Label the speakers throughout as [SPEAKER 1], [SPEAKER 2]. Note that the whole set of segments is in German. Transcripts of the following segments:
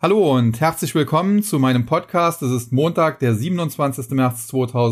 [SPEAKER 1] Hallo und herzlich willkommen zu meinem Podcast. Es ist Montag, der 27. März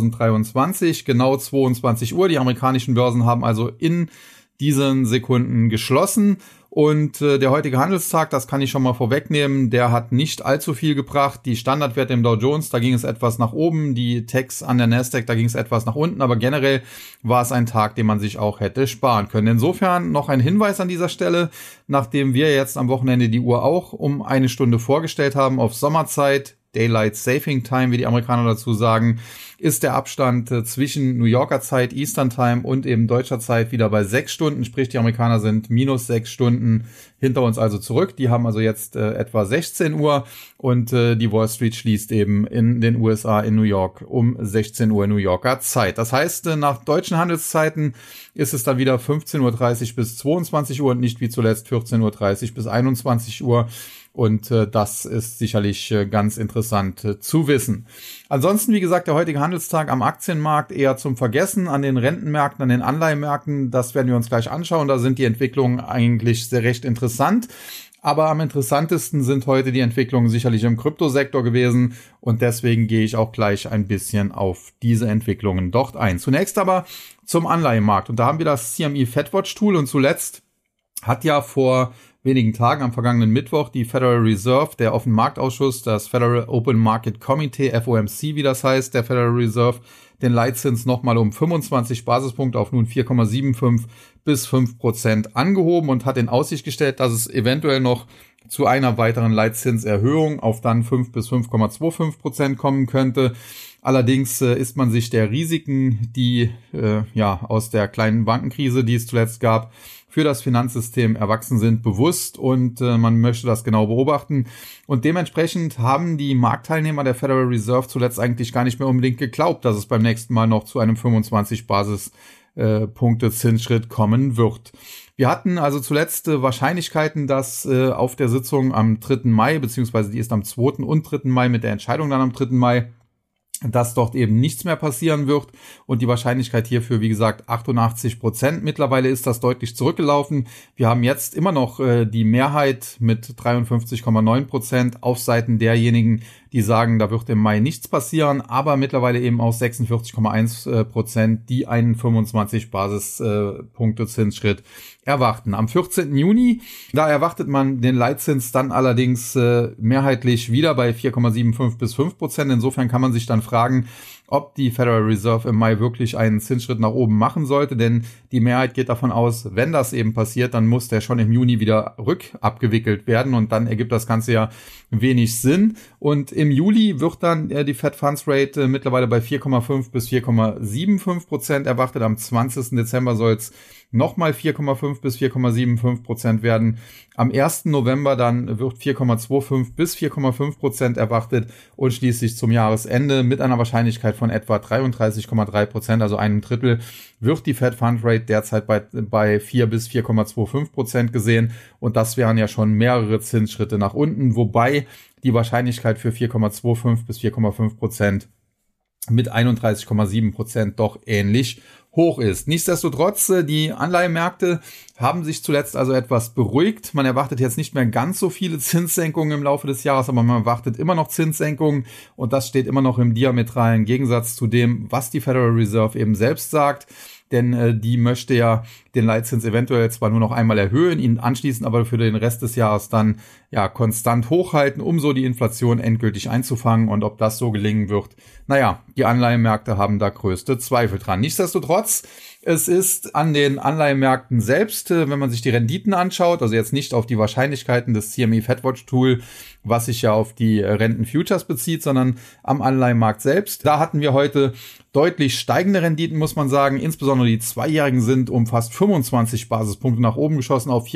[SPEAKER 1] 2023, genau 22 Uhr. Die amerikanischen Börsen haben also in diesen Sekunden geschlossen. Und der heutige Handelstag, das kann ich schon mal vorwegnehmen, der hat nicht allzu viel gebracht. Die Standardwerte im Dow Jones, da ging es etwas nach oben, die Techs an der Nasdaq, da ging es etwas nach unten, aber generell war es ein Tag, den man sich auch hätte sparen können. Insofern noch ein Hinweis an dieser Stelle, nachdem wir jetzt am Wochenende die Uhr auch um eine Stunde vorgestellt haben auf Sommerzeit, Daylight Saving Time, wie die Amerikaner dazu sagen, ist der Abstand zwischen New Yorker Zeit, Eastern Time und eben deutscher Zeit wieder bei 6 Stunden. Sprich, die Amerikaner sind minus 6 Stunden hinter uns also zurück. Die haben also jetzt etwa 16 Uhr und die Wall Street schließt eben in den USA in New York um 16 Uhr New Yorker Zeit. Das heißt, nach deutschen Handelszeiten ist es dann wieder 15.30 Uhr bis 22 Uhr und nicht wie zuletzt 14.30 Uhr bis 21 Uhr. Und das ist sicherlich ganz interessant zu wissen. Ansonsten, wie gesagt, der heutige Handelstag am Aktienmarkt eher zum Vergessen. An den Rentenmärkten, an den Anleihenmärkten, das werden wir uns gleich anschauen. Da sind die Entwicklungen eigentlich sehr recht interessant. Aber am interessantesten sind heute die Entwicklungen sicherlich im Kryptosektor gewesen. Und deswegen gehe ich auch gleich ein bisschen auf diese Entwicklungen dort ein. Zunächst aber zum Anleihenmarkt. Und da haben wir das CME FedWatch Tool. Und zuletzt hat ja vor wenigen Tagen am vergangenen Mittwoch die Federal Reserve, der Offenmarktausschuss, das Federal Open Market Committee, FOMC, wie das heißt, der Federal Reserve, den Leitzins nochmal um 25 Basispunkte auf nun 4,75 bis 5% angehoben und hat in Aussicht gestellt, dass es eventuell noch zu einer weiteren Leitzinserhöhung auf dann 5 bis 5,25% kommen könnte. Allerdings ist man sich der Risiken, die aus der kleinen Bankenkrise, die es zuletzt gab, für das Finanzsystem erwachsen sind, bewusst und man möchte das genau beobachten. Und dementsprechend haben die Marktteilnehmer der Federal Reserve zuletzt eigentlich gar nicht mehr unbedingt geglaubt, dass es beim nächsten Mal noch zu einem 25 Basispunkte Zinsschritt kommen wird. Wir hatten also zuletzt Wahrscheinlichkeiten, dass auf der Sitzung am 3. Mai, beziehungsweise die ist am 2. und 3. Mai mit der Entscheidung dann am 3. Mai, dass dort eben nichts mehr passieren wird und die Wahrscheinlichkeit hierfür, wie gesagt, 88%. Mittlerweile ist das deutlich zurückgelaufen. Wir haben jetzt immer noch die Mehrheit mit 53,9% auf Seiten derjenigen, die sagen, da wird im Mai nichts passieren, aber mittlerweile eben auch 46,1%, die einen 25 Basispunkte Zinsschritt erwarten. Am 14. Juni, da erwartet man den Leitzins dann allerdings mehrheitlich wieder bei 4,75 bis 5%. Insofern kann man sich dann fragen, ob die Federal Reserve im Mai wirklich einen Zinsschritt nach oben machen sollte, denn die Mehrheit geht davon aus, wenn das eben passiert, dann muss der schon im Juni wieder rückabgewickelt werden und dann ergibt das Ganze ja wenig Sinn. Und im Juli wird dann die Fed Funds Rate mittlerweile bei 4,5 bis 4,75% erwartet. Am 20. Dezember soll es nochmal 4,5 bis 4,75% werden. Am 1. November dann wird 4,25 bis 4,5% erwartet und schließlich zum Jahresende mit einer Wahrscheinlichkeit von etwa 33,3%, also einem Drittel, wird die Fed Fund Rate derzeit bei 4 bis 4,25% gesehen und das wären ja schon mehrere Zinsschritte nach unten, wobei die Wahrscheinlichkeit für 4,25 bis 4,5% mit 31,7% doch ähnlich hoch ist. Nichtsdestotrotz, die Anleihemärkte haben sich zuletzt also etwas beruhigt. Man erwartet jetzt nicht mehr ganz so viele Zinssenkungen im Laufe des Jahres, aber man erwartet immer noch Zinssenkungen und das steht immer noch im diametralen Gegensatz zu dem, was die Federal Reserve eben selbst sagt. Denn die möchte ja den Leitzins eventuell zwar nur noch einmal erhöhen, ihn anschließend aber für den Rest des Jahres dann ja konstant hochhalten, um so die Inflation endgültig einzufangen. Und ob das so gelingen wird, die Anleihenmärkte haben da größte Zweifel dran. Nichtsdestotrotz, es ist an den Anleihenmärkten selbst, wenn man sich die Renditen anschaut, also jetzt nicht auf die Wahrscheinlichkeiten des CME FedWatch Tool, was sich ja auf die Renten-Futures bezieht, sondern am Anleihenmarkt selbst. Da hatten wir heute deutlich steigende Renditen, muss man sagen. Insbesondere die Zweijährigen sind um fast 25 Basispunkte nach oben geschossen auf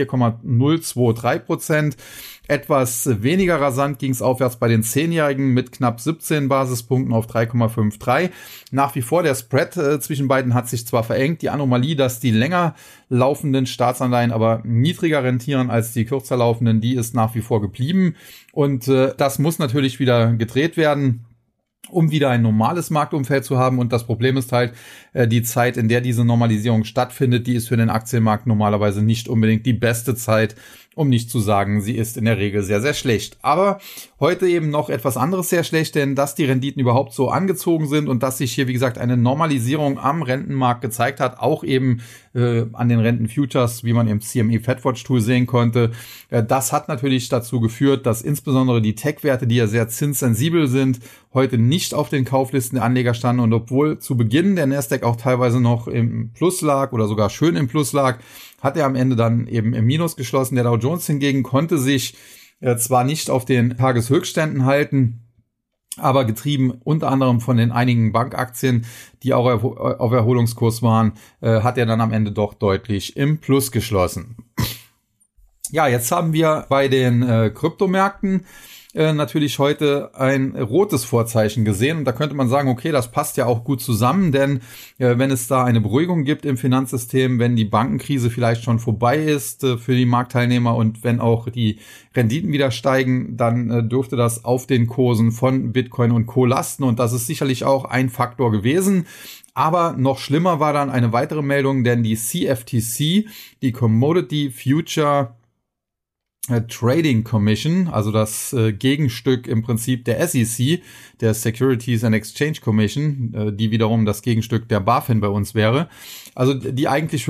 [SPEAKER 1] 4,023%. Etwas weniger rasant ging es aufwärts bei den 10-Jährigen mit knapp 17 Basispunkten auf 3,53. Nach wie vor der Spread zwischen beiden hat sich zwar verengt, die Anomalie, dass die länger laufenden Staatsanleihen aber niedriger rentieren als die kürzer laufenden, die ist nach wie vor geblieben. Und das muss natürlich wieder gedreht werden, um wieder ein normales Marktumfeld zu haben. Und das Problem ist halt, die Zeit, in der diese Normalisierung stattfindet, die ist für den Aktienmarkt normalerweise nicht unbedingt die beste Zeit, um nicht zu sagen, sie ist in der Regel sehr, sehr schlecht. Aber heute eben noch etwas anderes sehr schlecht, denn dass die Renditen überhaupt so angezogen sind und dass sich hier, wie gesagt, eine Normalisierung am Rentenmarkt gezeigt hat, auch eben an den Rentenfutures, wie man im CME FedWatch Tool sehen konnte. Das hat natürlich dazu geführt, dass insbesondere die Tech-Werte, die ja sehr zinssensibel sind, heute nicht auf den Kauflisten der Anleger standen. Und obwohl zu Beginn der Nasdaq auch teilweise noch im Plus lag oder sogar schön im Plus lag, hat er am Ende dann eben im Minus geschlossen. Der Dow Jones hingegen konnte sich zwar nicht auf den Tageshöchstständen halten, aber getrieben unter anderem von den einigen Bankaktien, die auch auf Erholungskurs waren, hat er dann am Ende doch deutlich im Plus geschlossen. Ja, jetzt haben wir bei den Kryptomärkten natürlich heute ein rotes Vorzeichen gesehen. Und da könnte man sagen, okay, das passt ja auch gut zusammen, denn wenn es da eine Beruhigung gibt im Finanzsystem, wenn die Bankenkrise vielleicht schon vorbei ist für die Marktteilnehmer und wenn auch die Renditen wieder steigen, dann dürfte das auf den Kursen von Bitcoin und Co. lasten. Und das ist sicherlich auch ein Faktor gewesen. Aber noch schlimmer war dann eine weitere Meldung, denn die CFTC, die Commodity Future Trading Commission, also das Gegenstück im Prinzip der SEC, der Securities and Exchange Commission, die wiederum das Gegenstück der BaFin bei uns wäre, also die eigentlich für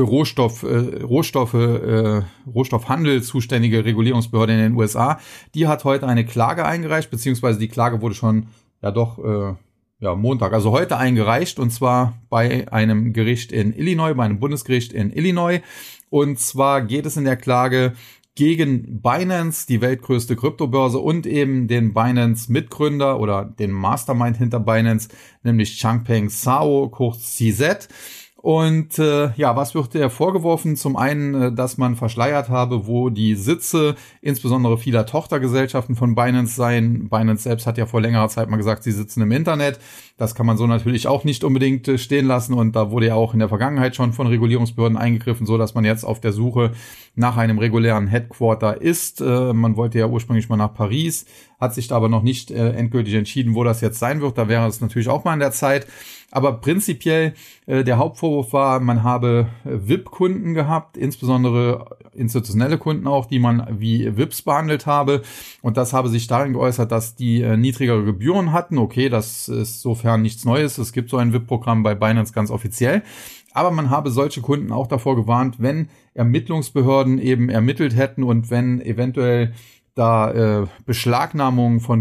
[SPEAKER 1] Rohstoffhandel zuständige Regulierungsbehörde in den USA, die hat heute eine Klage eingereicht, beziehungsweise die Klage wurde schon Montag, also heute eingereicht, und zwar bei einem Gericht in Illinois, bei einem Bundesgericht in Illinois. Und zwar geht es in der Klage gegen Binance, die weltgrößte Kryptobörse, und eben den Binance-Mitgründer oder den Mastermind hinter Binance, nämlich Changpeng Zhao, kurz CZ. Und was wird der vorgeworfen? Zum einen, dass man verschleiert habe, wo die Sitze, insbesondere vieler Tochtergesellschaften von Binance seien. Binance selbst hat ja vor längerer Zeit mal gesagt, sie sitzen im Internet. Das kann man so natürlich auch nicht unbedingt stehen lassen. Und da wurde ja auch in der Vergangenheit schon von Regulierungsbehörden eingegriffen, so dass man jetzt auf der Suche nach einem regulären Headquarter ist. Man wollte ja ursprünglich mal nach Paris, hat sich da aber noch nicht endgültig entschieden, wo das jetzt sein wird. Da wäre es natürlich auch mal an der Zeit. Aber prinzipiell der Hauptvorwurf war, man habe VIP-Kunden gehabt, insbesondere institutionelle Kunden auch, die man wie VIPs behandelt habe. Und das habe sich darin geäußert, dass die niedrigere Gebühren hatten. Okay, das ist sofern nichts Neues. Es gibt so ein VIP-Programm bei Binance ganz offiziell. Aber man habe solche Kunden auch davor gewarnt, wenn Ermittlungsbehörden eben ermittelt hätten und wenn eventuell da Beschlagnahmungen von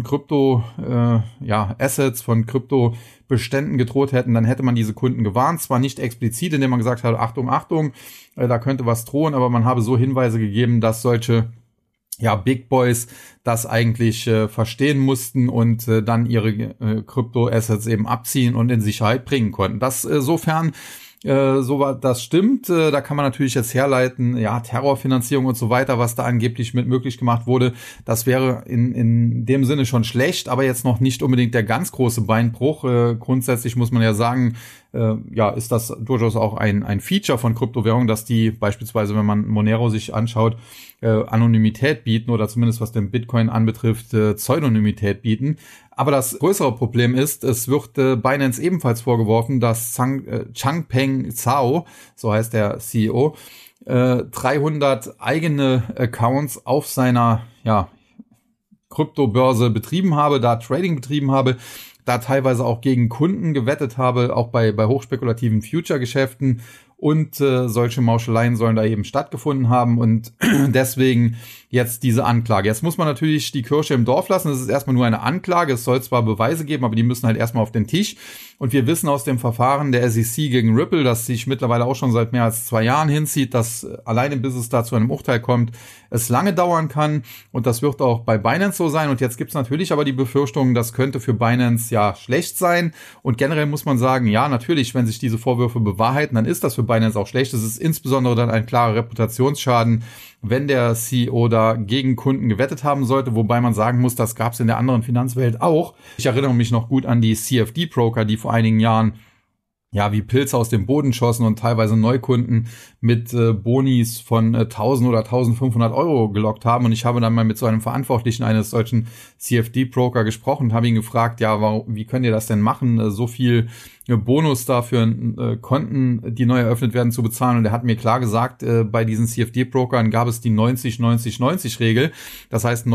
[SPEAKER 1] Assets, von Kryptobeständen gedroht hätten, dann hätte man diese Kunden gewarnt. Zwar nicht explizit, indem man gesagt hat, Achtung, Achtung, da könnte was drohen, aber man habe so Hinweise gegeben, dass solche Big Boys das eigentlich verstehen mussten und dann ihre Krypto-Assets eben abziehen und in Sicherheit bringen konnten. Das sofern das stimmt. Da kann man natürlich jetzt herleiten, Terrorfinanzierung und so weiter, was da angeblich mit möglich gemacht wurde. Das wäre in dem Sinne schon schlecht, aber jetzt noch nicht unbedingt der ganz große Beinbruch. Grundsätzlich muss man ja sagen, ist das durchaus auch ein Feature von Kryptowährungen, dass die beispielsweise, wenn man Monero sich anschaut, Anonymität bieten oder zumindest was den Bitcoin anbetrifft, Pseudonymität bieten. Aber das größere Problem ist, es wird Binance ebenfalls vorgeworfen, dass Changpeng Zhao, so heißt der CEO, 300 eigene Accounts auf seiner Kryptobörse betrieben habe, da Trading betrieben habe, da teilweise auch gegen Kunden gewettet habe, auch bei hochspekulativen Future-Geschäften. Und solche Mauscheleien sollen da eben stattgefunden haben und deswegen jetzt diese Anklage. Jetzt muss man natürlich die Kirsche im Dorf lassen. Es ist erstmal nur eine Anklage. Es soll zwar Beweise geben, aber die müssen halt erstmal auf den Tisch. Und wir wissen aus dem Verfahren der SEC gegen Ripple, das sich mittlerweile auch schon seit mehr als 2 Jahren hinzieht, dass alleine bis es da zu einem Urteil kommt, es lange dauern kann. Und das wird auch bei Binance so sein. Und jetzt gibt es natürlich aber die Befürchtung, das könnte für Binance schlecht sein. Und generell muss man sagen, natürlich, wenn sich diese Vorwürfe bewahrheiten, dann ist das für Binance auch schlecht. Es ist insbesondere dann ein klarer Reputationsschaden, wenn der CEO da gegen Kunden gewettet haben sollte, wobei man sagen muss, das gab es in der anderen Finanzwelt auch. Ich erinnere mich noch gut an die CFD-Broker, die vor einigen Jahren ja, wie Pilze aus dem Boden schossen und teilweise Neukunden mit Bonis von 1000 oder 1500 Euro gelockt haben. Und ich habe dann mal mit so einem Verantwortlichen eines solchen CFD-Broker gesprochen und habe ihn gefragt, ja, wie könnt ihr das denn machen, so viel Bonus dafür Konten, die neu eröffnet werden, zu bezahlen. Und er hat mir klar gesagt, bei diesen CFD-Brokern gab es die 90-90-90-Regel. Das heißt,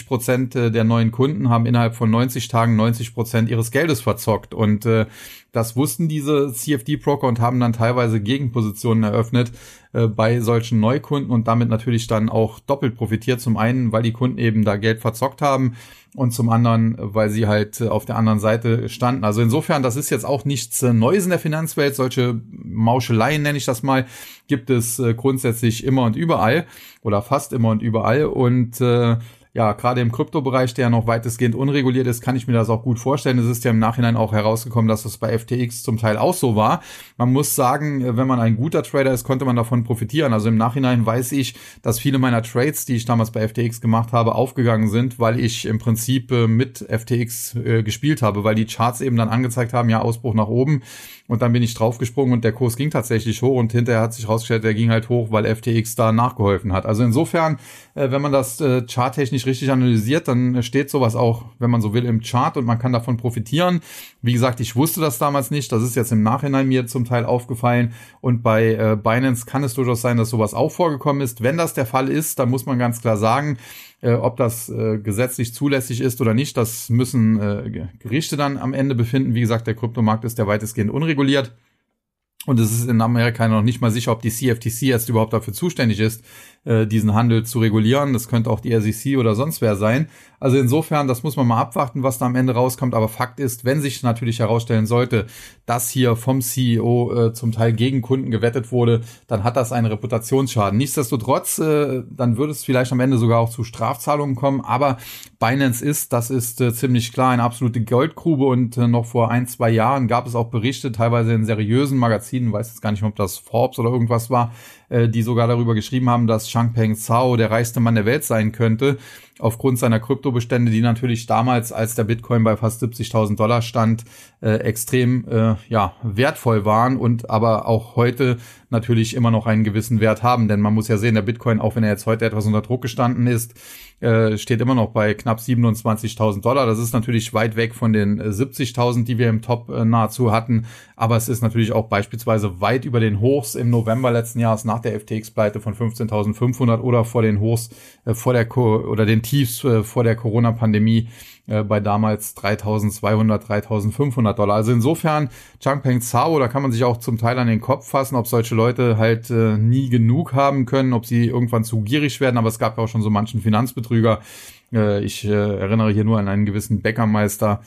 [SPEAKER 1] 90% der neuen Kunden haben innerhalb von 90 Tagen 90% ihres Geldes verzockt. Und das wussten diese CFD-Broker und haben dann teilweise Gegenpositionen eröffnet bei solchen Neukunden und damit natürlich dann auch doppelt profitiert. Zum einen, weil die Kunden eben da Geld verzockt haben und zum anderen, weil sie halt auf der anderen Seite standen. Also insofern, das ist jetzt auch nichts Neues in der Finanzwelt. Solche Mauscheleien, nenne ich das mal, gibt es grundsätzlich immer und überall oder fast immer und überall. Und ja, gerade im Kryptobereich, der ja noch weitestgehend unreguliert ist, kann ich mir das auch gut vorstellen. Es ist ja im Nachhinein auch herausgekommen, dass das bei FTX zum Teil auch so war. Man muss sagen, wenn man ein guter Trader ist, konnte man davon profitieren. Also im Nachhinein weiß ich, dass viele meiner Trades, die ich damals bei FTX gemacht habe, aufgegangen sind, weil ich im Prinzip mit FTX gespielt habe, weil die Charts eben dann angezeigt haben, ja, Ausbruch nach oben. Und dann bin ich draufgesprungen und der Kurs ging tatsächlich hoch und hinterher hat sich rausgestellt, der ging halt hoch, weil FTX da nachgeholfen hat. Also insofern, wenn man das charttechnisch richtig analysiert, dann steht sowas auch, wenn man so will, im Chart und man kann davon profitieren. Wie gesagt, ich wusste das damals nicht. Das ist jetzt im Nachhinein mir zum Teil aufgefallen. Und bei Binance kann es durchaus sein, dass sowas auch vorgekommen ist. Wenn das der Fall ist, dann muss man ganz klar sagen, ob das gesetzlich zulässig ist oder nicht, das müssen Gerichte dann am Ende befinden. Wie gesagt, der Kryptomarkt ist ja weitestgehend unreguliert. Und es ist in Amerika noch nicht mal sicher, ob die CFTC jetzt überhaupt dafür zuständig ist, diesen Handel zu regulieren. Das könnte auch die SEC oder sonst wer sein. Also insofern, das muss man mal abwarten, was da am Ende rauskommt. Aber Fakt ist, wenn sich natürlich herausstellen sollte, dass hier vom CEO zum Teil gegen Kunden gewettet wurde, dann hat das einen Reputationsschaden. Nichtsdestotrotz, dann würde es vielleicht am Ende sogar auch zu Strafzahlungen kommen. Aber Binance das ist ziemlich klar, eine absolute Goldgrube. Und noch vor 1-2 Jahren gab es auch Berichte, teilweise in seriösen Magazinen, weiß jetzt gar nicht mehr, ob das Forbes oder irgendwas war, die sogar darüber geschrieben haben, dass Changpeng Zhao der reichste Mann der Welt sein könnte, aufgrund seiner Kryptobestände, die natürlich damals, als der Bitcoin bei fast $70.000 stand, extrem wertvoll waren und aber auch heute natürlich immer noch einen gewissen Wert haben. Denn man muss ja sehen, der Bitcoin, auch wenn er jetzt heute etwas unter Druck gestanden ist, steht immer noch bei knapp $27.000. Das ist natürlich weit weg von den 70.000, die wir im Top nahezu hatten. Aber es ist natürlich auch beispielsweise weit über den Hochs im November letzten Jahres nach der FTX-Pleite von 15.500 oder vor den Hochs den Tiefs vor der Corona-Pandemie bei damals $3.200, $3.500. Also insofern, Changpeng Zhao, da kann man sich auch zum Teil an den Kopf fassen, ob solche Leute halt nie genug haben können, ob sie irgendwann zu gierig werden. Aber es gab ja auch schon so manchen Finanzbetrüger. Ich erinnere hier nur an einen gewissen Bäckermeister,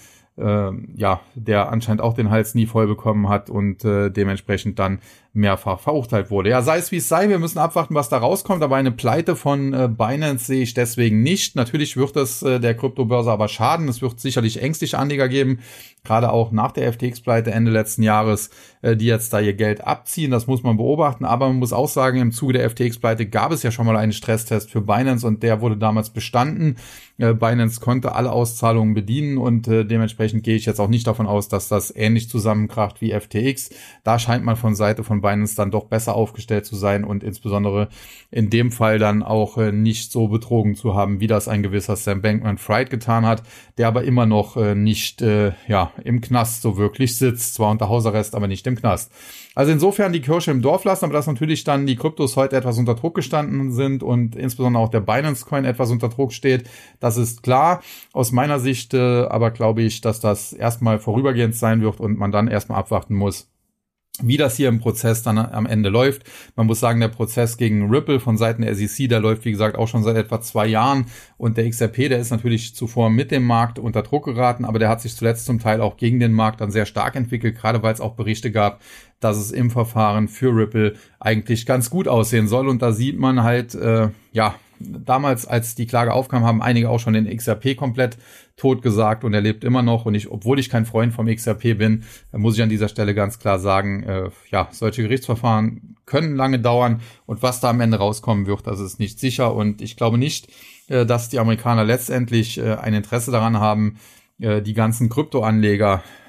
[SPEAKER 1] der anscheinend auch den Hals nie voll bekommen hat und dementsprechend dann mehrfach verurteilt wurde. Ja, sei es wie es sei, wir müssen abwarten, was da rauskommt, aber eine Pleite von Binance sehe ich deswegen nicht. Natürlich wird es der Kryptobörse aber schaden. Es wird sicherlich ängstliche Anleger geben, gerade auch nach der FTX-Pleite Ende letzten Jahres, die jetzt da ihr Geld abziehen. Das muss man beobachten, aber man muss auch sagen, im Zuge der FTX-Pleite gab es ja schon mal einen Stresstest für Binance und der wurde damals bestanden. Binance konnte alle Auszahlungen bedienen und dementsprechend gehe ich jetzt auch nicht davon aus, dass das ähnlich zusammenkracht wie FTX. Da scheint man von Seite von Binance dann doch besser aufgestellt zu sein und insbesondere in dem Fall dann auch nicht so betrogen zu haben, wie das ein gewisser Sam Bankman-Fried getan hat, der aber immer noch nicht im Knast so wirklich sitzt, zwar unter Hausarrest, aber nicht im Knast. Also insofern die Kirche im Dorf lassen, aber dass natürlich dann die Kryptos heute etwas unter Druck gestanden sind und insbesondere auch der Binance-Coin etwas unter Druck steht, das ist klar. Aus meiner Sicht aber glaube ich, dass das erstmal vorübergehend sein wird und man dann erstmal abwarten muss, wie das hier im Prozess dann am Ende läuft. Man muss sagen, der Prozess gegen Ripple von Seiten der SEC, der läuft, wie gesagt, auch schon seit etwa 2 Jahren. Und der XRP, der ist natürlich zuvor mit dem Markt unter Druck geraten, aber der hat sich zuletzt zum Teil auch gegen den Markt dann sehr stark entwickelt, gerade weil es auch Berichte gab, dass es im Verfahren für Ripple eigentlich ganz gut aussehen soll. Und da sieht man halt, damals, als die Klage aufkam, haben einige auch schon den XRP komplett tot gesagt und er lebt immer noch. Und obwohl ich kein Freund vom XRP bin, muss ich an dieser Stelle ganz klar sagen, solche Gerichtsverfahren können lange dauern und was da am Ende rauskommen wird, das ist nicht sicher. Und ich glaube nicht, dass die Amerikaner letztendlich ein Interesse daran haben, die ganzen Kryptoanleger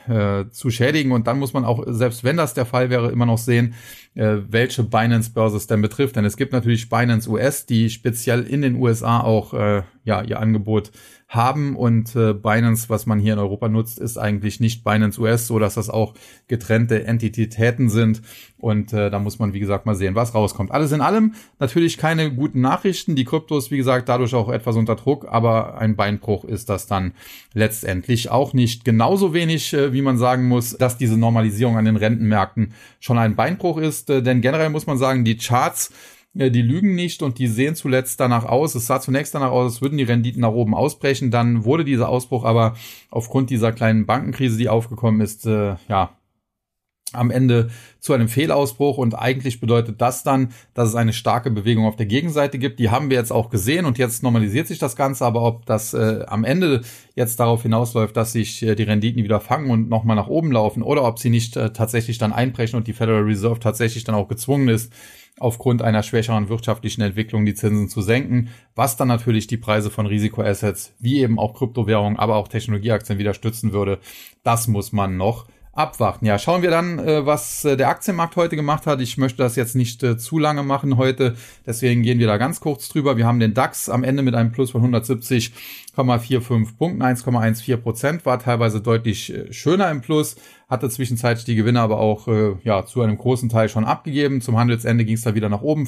[SPEAKER 1] zu schädigen. Und dann muss man auch, selbst wenn das der Fall wäre, immer noch sehen, welche Binance-Börse es denn betrifft. Denn es gibt natürlich Binance US, die speziell in den USA auch ihr Angebot haben, und Binance, was man hier in Europa nutzt, ist eigentlich nicht Binance US, so dass das auch getrennte Entitäten sind, und da muss man, wie gesagt, mal sehen, was rauskommt. Alles in allem natürlich keine guten Nachrichten, die Kryptos, wie gesagt, dadurch auch etwas unter Druck, aber ein Beinbruch ist das dann letztendlich auch nicht. Genauso wenig, wie man sagen muss, dass diese Normalisierung an den Rentenmärkten schon ein Beinbruch ist, denn generell muss man sagen, die Charts, die lügen nicht, und die sehen zuletzt danach aus. Es sah zunächst danach aus, als würden die Renditen nach oben ausbrechen. Dann wurde dieser Ausbruch aber aufgrund dieser kleinen Bankenkrise, die aufgekommen ist, am Ende zu einem Fehlausbruch, und eigentlich bedeutet das dann, dass es eine starke Bewegung auf der Gegenseite gibt. Die haben wir jetzt auch gesehen, und jetzt normalisiert sich das Ganze, aber ob das am Ende jetzt darauf hinausläuft, dass sich die Renditen wieder fangen und nochmal nach oben laufen, oder ob sie nicht tatsächlich dann einbrechen und die Federal Reserve tatsächlich dann auch gezwungen ist, aufgrund einer schwächeren wirtschaftlichen Entwicklung die Zinsen zu senken, was dann natürlich die Preise von Risikoassets wie eben auch Kryptowährungen, aber auch Technologieaktien wieder stützen würde. Das muss man noch abwarten. Ja, schauen wir dann, was der Aktienmarkt heute gemacht hat. Ich möchte das jetzt nicht zu lange machen heute, deswegen gehen wir da ganz kurz drüber. Wir haben den DAX am Ende mit einem Plus von 170,45 Punkten, 1,14%, war teilweise deutlich schöner im Plus, hatte zwischenzeitlich die Gewinne aber auch zu einem großen Teil schon abgegeben. Zum Handelsende ging es da wieder nach oben,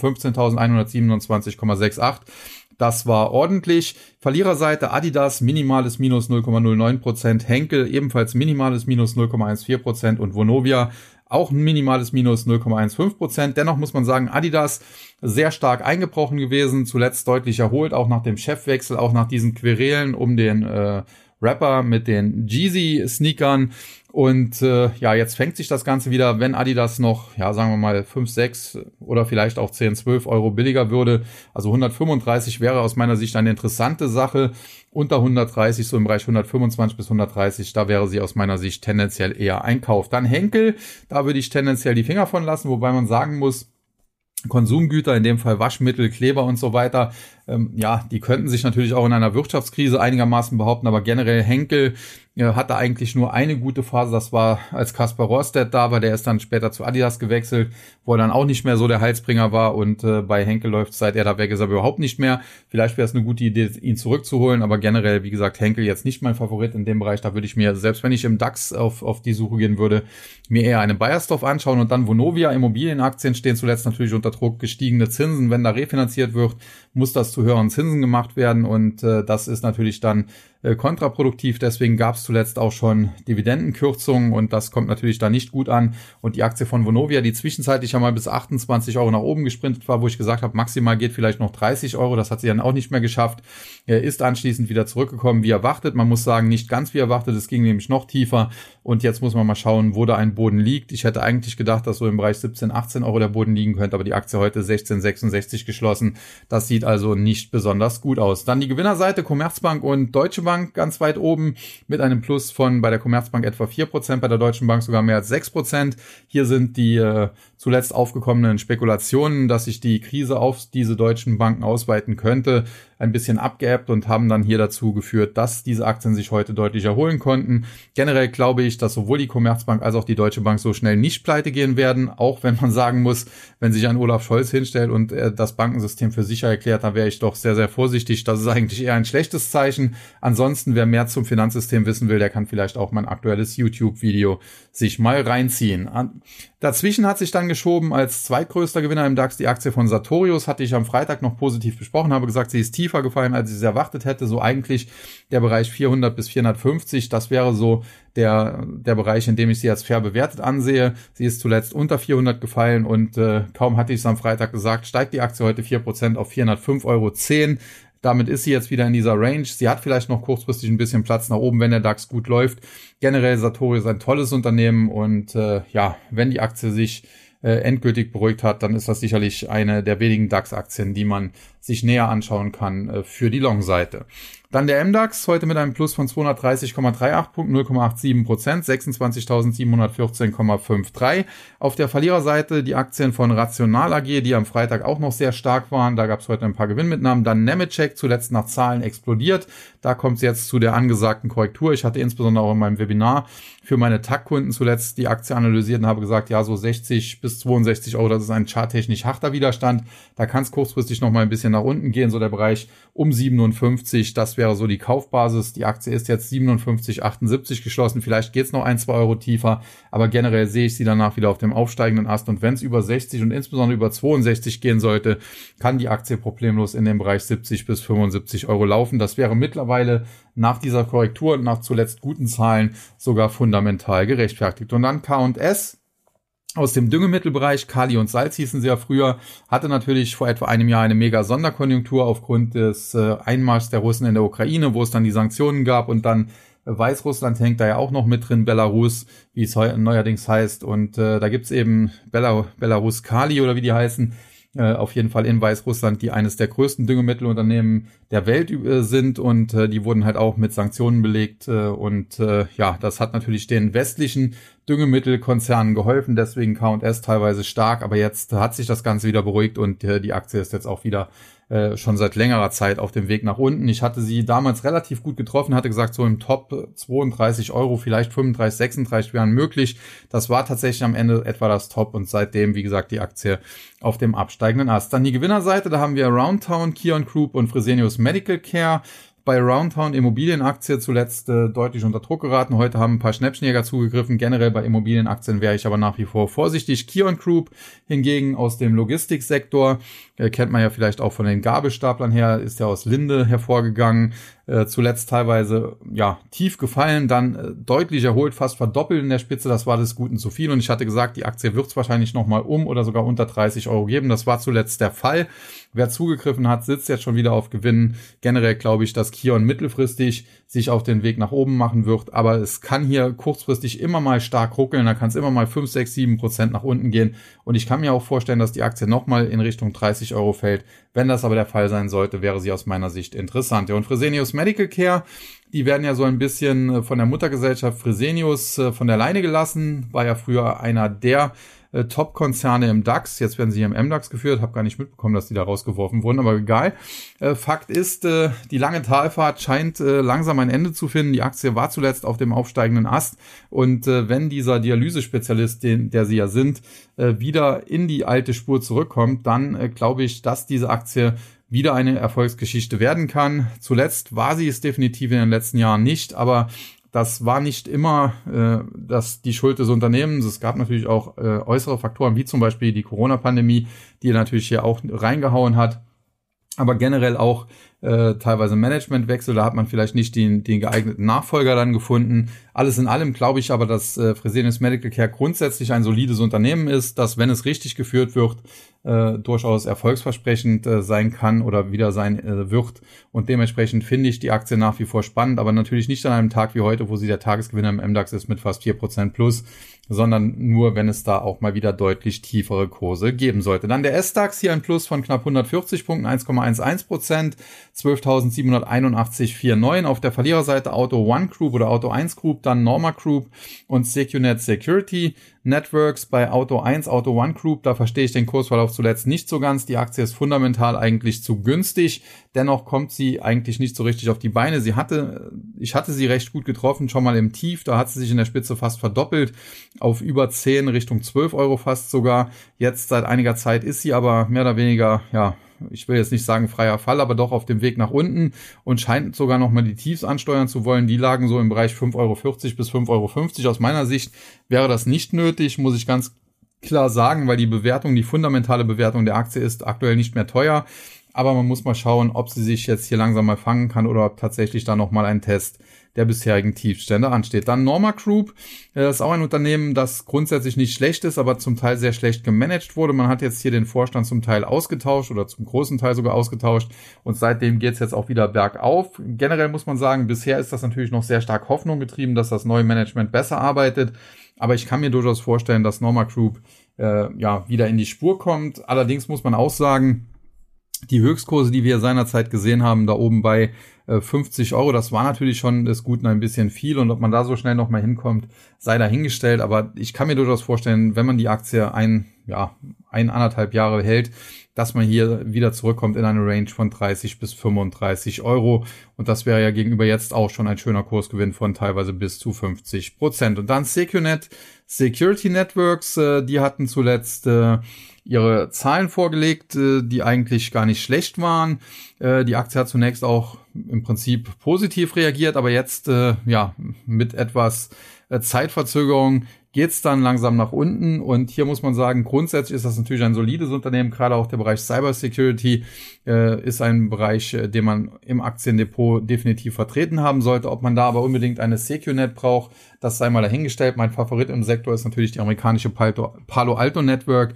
[SPEAKER 1] 15.127,68. Das war ordentlich. Verliererseite Adidas, minimales Minus 0,09%, Henkel ebenfalls minimales Minus 0,14% und Vonovia auch ein minimales Minus 0,15%. Dennoch muss man sagen, Adidas sehr stark eingebrochen gewesen, zuletzt deutlich erholt, auch nach dem Chefwechsel, auch nach diesen Querelen um den Rapper mit den Yeezy-Sneakern. Und jetzt fängt sich das Ganze wieder, wenn Adidas noch, sagen wir mal 5, 6 oder vielleicht auch 10, 12 Euro billiger würde. Also 135 wäre aus meiner Sicht eine interessante Sache. Unter 130, so im Bereich 125 bis 130, da wäre sie aus meiner Sicht tendenziell eher ein Kauf. Dann Henkel, da würde ich tendenziell die Finger von lassen, wobei man sagen muss, Konsumgüter, in dem Fall Waschmittel, Kleber und so weiter, die könnten sich natürlich auch in einer Wirtschaftskrise einigermaßen behaupten, aber generell Henkel hatte eigentlich nur eine gute Phase, das war, als Kaspar Rohrstedt da war, der ist dann später zu Adidas gewechselt, wo er dann auch nicht mehr so der Heilsbringer war, und bei Henkel läuft es, seit er da weg ist, aber überhaupt nicht mehr. Vielleicht wäre es eine gute Idee, ihn zurückzuholen, aber generell, wie gesagt, Henkel jetzt nicht mein Favorit in dem Bereich, da würde ich mir, selbst wenn ich im DAX auf die Suche gehen würde, mir eher eine Bayersdorf anschauen. Und dann Vonovia, Immobilienaktien stehen zuletzt natürlich unter Druck, gestiegene Zinsen, wenn da refinanziert wird, muss das zu höheren Zinsen gemacht werden, und das ist natürlich dann kontraproduktiv. Deswegen gab es zuletzt auch schon Dividendenkürzungen, und das kommt natürlich da nicht gut an. Und die Aktie von Vonovia, die zwischenzeitlich ja mal bis 28 Euro nach oben gesprintet war, wo ich gesagt habe, maximal geht vielleicht noch 30 Euro, das hat sie dann auch nicht mehr geschafft, ist anschließend wieder zurückgekommen wie erwartet. Man muss sagen, nicht ganz wie erwartet, es ging nämlich noch tiefer, und jetzt muss man mal schauen, wo da ein Boden liegt. Ich hätte eigentlich gedacht, dass so im Bereich 17, 18 Euro der Boden liegen könnte, aber die Aktie heute 16,66 geschlossen. Das sieht also nicht besonders gut aus. Dann die Gewinnerseite, Commerzbank und Deutsche Bank ganz weit oben mit einem Plus von bei der Commerzbank etwa 4%, bei der Deutschen Bank sogar mehr als 6%. Hier sind die zuletzt aufgekommenen Spekulationen, dass sich die Krise auf diese deutschen Banken ausweiten könnte, ein bisschen abgeebbt und haben dann hier dazu geführt, dass diese Aktien sich heute deutlich erholen konnten. Generell glaube ich, dass sowohl die Commerzbank als auch die Deutsche Bank so schnell nicht pleite gehen werden, auch wenn man sagen muss, wenn sich ein Olaf Scholz hinstellt und das Bankensystem für sicher erklärt, dann wäre ich doch sehr, sehr vorsichtig. Das ist eigentlich eher ein schlechtes Zeichen. Ansonsten, wer mehr zum Finanzsystem wissen will, der kann vielleicht auch mein aktuelles YouTube-Video sich mal reinziehen. Dazwischen hat sich dann geschoben als zweitgrößter Gewinner im DAX die Aktie von Sartorius, hatte ich am Freitag noch positiv besprochen, habe gesagt, sie ist tiefer gefallen, als ich es erwartet hätte, so eigentlich der Bereich 400 bis 450, das wäre so der Bereich, in dem ich sie als fair bewertet ansehe. Sie ist zuletzt unter 400 gefallen, und kaum hatte ich es am Freitag gesagt, steigt die Aktie heute 4% auf 405,10 Euro. Damit ist sie jetzt wieder in dieser Range. Sie hat vielleicht noch kurzfristig ein bisschen Platz nach oben, wenn der DAX gut läuft. Generell Sartorius ist ein tolles Unternehmen, und wenn die Aktie sich endgültig beruhigt hat, dann ist das sicherlich eine der wenigen DAX-Aktien, die man sich näher anschauen kann für die Long-Seite. Dann der MDAX, heute mit einem Plus von 230,38 Punkten, 0,87%, 26.714,53. Auf der Verliererseite die Aktien von Rational AG, die am Freitag auch noch sehr stark waren. Da gab es heute ein paar Gewinnmitnahmen. Dann Nemetschek, zuletzt nach Zahlen explodiert. Da kommt es jetzt zu der angesagten Korrektur. Ich hatte insbesondere auch in meinem Webinar für meine TAC-Kunden zuletzt die Aktie analysiert und habe gesagt, ja, so 60 bis 62 Euro, das ist ein charttechnisch harter Widerstand. Da kann es kurzfristig noch mal ein bisschen nach unten gehen, so der Bereich um 57, das wäre so die Kaufbasis. Die Aktie ist jetzt 57,78 geschlossen, vielleicht geht es noch 1-2 Euro tiefer, aber generell sehe ich sie danach wieder auf dem aufsteigenden Ast und wenn es über 60 und insbesondere über 62 gehen sollte, kann die Aktie problemlos in dem Bereich 70 bis 75 Euro laufen. Das wäre mittlerweile nach dieser Korrektur und nach zuletzt guten Zahlen sogar fundamental gerechtfertigt. Und dann K&S aus dem Düngemittelbereich, Kali und Salz hießen sie ja früher, hatte natürlich vor etwa einem Jahr eine mega Sonderkonjunktur aufgrund des Einmarschs der Russen in der Ukraine, wo es dann die Sanktionen gab und dann Weißrussland hängt da ja auch noch mit drin, Belarus, wie es neuerdings heißt. Und da gibt's eben Belarus Kali oder wie die heißen, auf jeden Fall in Weißrussland, die eines der größten Düngemittelunternehmen der Welt sind und die wurden halt auch mit Sanktionen belegt und ja, das hat natürlich den westlichen Düngemittelkonzernen geholfen, deswegen K&S teilweise stark, aber jetzt hat sich das Ganze wieder beruhigt und die Aktie ist jetzt auch wieder schon seit längerer Zeit auf dem Weg nach unten. Ich hatte sie damals relativ gut getroffen, hatte gesagt, so im Top 32 Euro, vielleicht 35, 36 wären möglich. Das war tatsächlich am Ende etwa das Top und seitdem, wie gesagt, die Aktie auf dem absteigenden Ast. Dann die Gewinnerseite, da haben wir Aroundtown, KION Group und Fresenius Medical Care. Bei Aroundtown Immobilienaktie zuletzt deutlich unter Druck geraten. Heute haben ein paar Schnäppchenjäger zugegriffen. Generell bei Immobilienaktien wäre ich aber nach wie vor vorsichtig. KION Group hingegen aus dem Logistiksektor, kennt man ja vielleicht auch von den Gabelstaplern her, ist ja aus Linde hervorgegangen. Zuletzt teilweise ja tief gefallen, dann deutlich erholt, fast verdoppelt in der Spitze. Das war des Guten zu viel und ich hatte gesagt, die Aktie wird es wahrscheinlich nochmal oder sogar unter 30 Euro geben. Das war zuletzt der Fall. Wer zugegriffen hat, sitzt jetzt schon wieder auf Gewinnen. Generell glaube ich, dass KION mittelfristig sich auf den Weg nach oben machen wird, aber es kann hier kurzfristig immer mal stark ruckeln, da kann es immer mal 5, 6, 7% nach unten gehen und ich kann mir auch vorstellen, dass die Aktie nochmal in Richtung 30 Euro fällt. Wenn das aber der Fall sein sollte, wäre sie aus meiner Sicht interessant. Ja, und Fresenius Medical Care, die werden ja so ein bisschen von der Muttergesellschaft Fresenius von der Leine gelassen, war ja früher einer der Top-Konzerne im DAX, jetzt werden sie hier im MDAX geführt, habe gar nicht mitbekommen, dass die da rausgeworfen wurden, aber egal. Fakt ist, die lange Talfahrt scheint langsam ein Ende zu finden. Die Aktie war zuletzt auf dem aufsteigenden Ast und wenn dieser Dialysespezialist, der sie ja sind, wieder in die alte Spur zurückkommt, dann glaube ich, dass diese Aktie wieder eine Erfolgsgeschichte werden kann. Zuletzt war sie es definitiv in den letzten Jahren nicht, aber das war nicht immer die Schuld des Unternehmens. Es gab natürlich auch äußere Faktoren, wie zum Beispiel die Corona-Pandemie, die natürlich hier auch reingehauen hat. Aber generell auch teilweise Managementwechsel, da hat man vielleicht nicht den geeigneten Nachfolger dann gefunden. Alles in allem glaube ich aber, dass Fresenius Medical Care grundsätzlich ein solides Unternehmen ist, das, wenn es richtig geführt wird, durchaus erfolgsversprechend sein kann oder wieder sein wird. Und dementsprechend finde ich die Aktie nach wie vor spannend, aber natürlich nicht an einem Tag wie heute, wo sie der Tagesgewinner im MDAX ist mit fast 4% plus, sondern nur, wenn es da auch mal wieder deutlich tiefere Kurse geben sollte. Dann der SDAX, hier ein Plus von knapp 140 Punkten, 1,11%, 12.781,49. Auf der Verliererseite Auto One Group oder Auto 1 Group, dann Norma Group und Secunet Security Networks. Bei Auto 1, Auto One Group, da verstehe ich den Kursverlauf zuletzt nicht so ganz. Die Aktie ist fundamental eigentlich zu günstig. Dennoch kommt sie eigentlich nicht so richtig auf die Beine. Ich hatte sie recht gut getroffen, schon mal im Tief. Da hat sie sich in der Spitze fast verdoppelt auf über 10 Richtung 12 Euro fast sogar. Jetzt seit einiger Zeit ist sie aber mehr oder weniger, ja, ich will jetzt nicht sagen freier Fall, aber doch auf dem Weg nach unten und scheint sogar nochmal die Tiefs ansteuern zu wollen. Die lagen so im Bereich 5,40 Euro bis 5,50 Euro. Aus meiner Sicht wäre das nicht nötig, muss ich ganz klar sagen, weil die fundamentale Bewertung der Aktie ist aktuell nicht mehr teuer. Aber man muss mal schauen, ob sie sich jetzt hier langsam mal fangen kann oder ob tatsächlich da nochmal ein Test der bisherigen Tiefstände ansteht. Dann Norma Group, das ist auch ein Unternehmen, das grundsätzlich nicht schlecht ist, aber zum Teil sehr schlecht gemanagt wurde. Man hat jetzt hier den Vorstand zum Teil ausgetauscht oder zum großen Teil sogar ausgetauscht und seitdem geht es jetzt auch wieder bergauf. Generell muss man sagen, bisher ist das natürlich noch sehr stark Hoffnung getrieben, dass das neue Management besser arbeitet, aber ich kann mir durchaus vorstellen, dass Norma Group wieder in die Spur kommt. Allerdings muss man auch sagen, Die Höchstkurse, die wir seinerzeit gesehen haben, da oben bei 50 Euro, das war natürlich schon des Guten ein bisschen viel, und ob man da so schnell nochmal hinkommt, sei dahingestellt, aber ich kann mir durchaus vorstellen, wenn man die Aktie 1,5 Jahre hält, dass man hier wieder zurückkommt in eine Range von 30 bis 35 Euro, und das wäre ja gegenüber jetzt auch schon ein schöner Kursgewinn von teilweise bis zu 50%. Und dann Secunet, Security Networks, die hatten zuletzt ihre Zahlen vorgelegt, die eigentlich gar nicht schlecht waren. Die Aktie hat zunächst auch im Prinzip positiv reagiert, aber jetzt mit etwas Zeitverzögerung geht's dann langsam nach unten, und hier muss man sagen, grundsätzlich ist das natürlich ein solides Unternehmen, gerade auch der Bereich Cybersecurity ist ein Bereich, den man im Aktiendepot definitiv vertreten haben sollte. Ob man da aber unbedingt eine Secunet braucht, das sei mal dahingestellt. Mein Favorit im Sektor ist natürlich die amerikanische Palo Alto Network,